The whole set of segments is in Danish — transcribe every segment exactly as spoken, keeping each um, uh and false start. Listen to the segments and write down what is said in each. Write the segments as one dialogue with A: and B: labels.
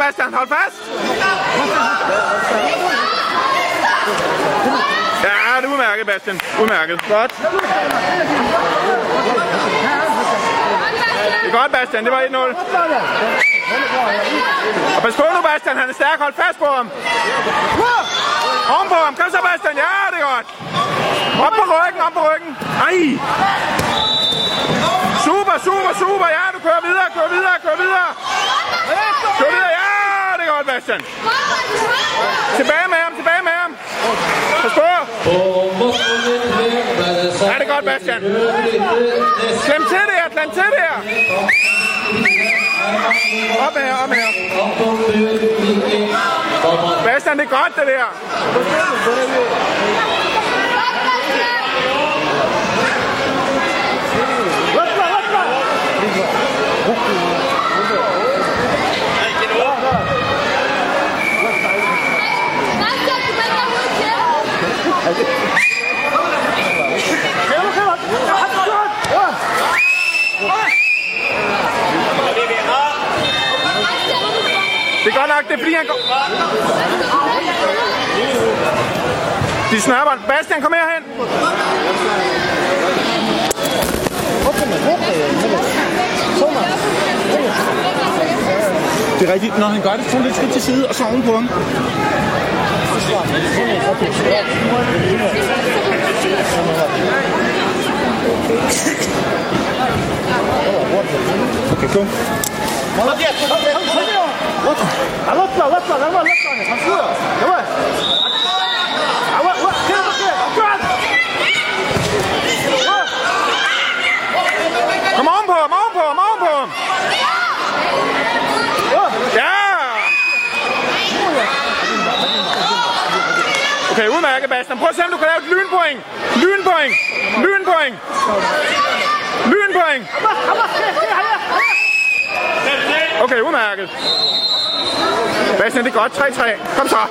A: Bastian, hold fast! Ja, det er udmærket, Bastian. Udmærket. Godt. Det er godt, Bastian. Det var et nul. Og pas på nu, Bastian. Han er stærk. Hold fast på ham. Oven på ham. Kom så, Bastian. Ja, det er godt. Op på ryggen, op på ryggen. Ej. Super, super, super. Ja, du kører videre, kører videre, kører videre. Kør videre. Ja, det er godt, Bastian. Tilbage med ham, tilbage med ham. Pas på. Ja, det er godt, Bastian. Klem til det her, klem til det her. Op her, op her. Bastian, det er godt, det der. Det er godt nok, det er fordi han går... De snapper. Bastian, kom herhen. Det er rigtigt. Når han gør det, så lidt skridt til side, og så oven på ham. Okay, kom.
B: 알았어, 알았어, 나와, 알았어, 박수. 나와. 나와, 와, 그래, 그래,
A: Kom oven på ham, oven på ham, oven på ham. Ja! Okay, udmærket, Bastian. Prøv at se, om du kan lave et lynpoint. Lynpoint. Lynpoint. Lynpoint. Okay, udmærket. Bastian, det er godt. tre tre. Kom så.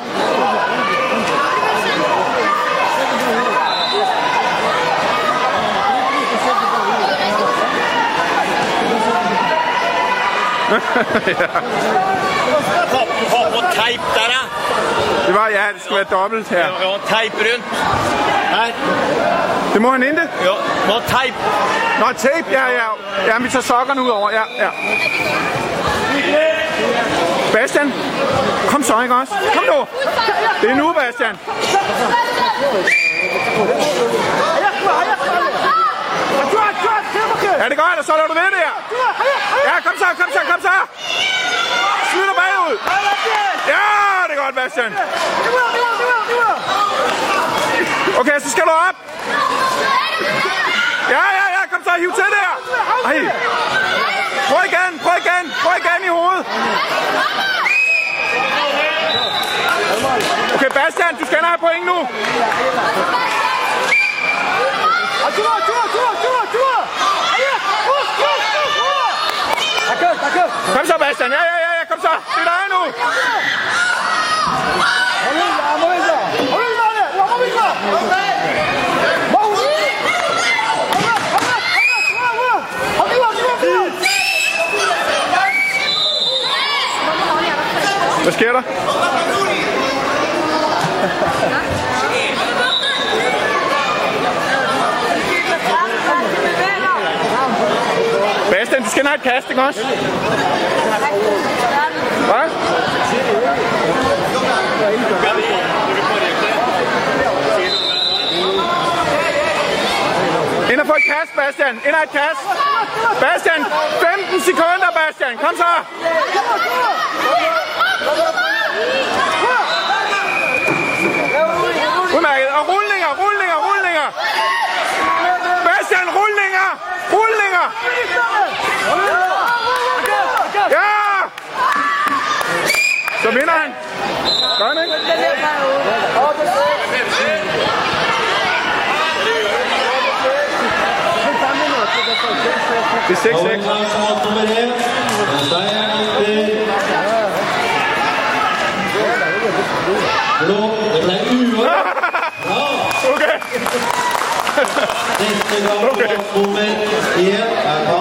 A: Ja.
C: Du har fått teip der, da.
A: Det var, ja, det skal være dobbelt her.
C: Ja, teip rundt. Her.
A: Det må han ikke?
C: Ja, må teip.
A: Nå, tape, ja, ja. Ja, vi tager sokkerne ud over, ja, ja. Bastian, kom så, ikke også? Kom nu! Det er nu, Bastian. Ja, det er godt, og så lader du ved det her. Ja, kom så, kom så, kom så. Smider bagud. Ja, det er godt, Bastian. Okay, så skal du op. Ja, ja, ja, kom så, hiv til det her. Ej. Prøv igen, prøv igen, prøv igen i hovedet. Okay, Bastian, du skal have point nu. Kom så, Bastian. Ja, ja, ja, ja, kom så. Det er dig nu. Hvad sker der? Bastian, du skal have et kast, ikke også? Hvad? Ind og få et kast, Bastian. Ind og et kast. Bastian, femten sekunder, Bastian. Kom så. Udmærket. Og rullinger, rullinger, rullinger. Bastian, rullinger. Rullinger. Ja. Så vinder han. Gør han ikke? Det er seks seks. Okay. Okay.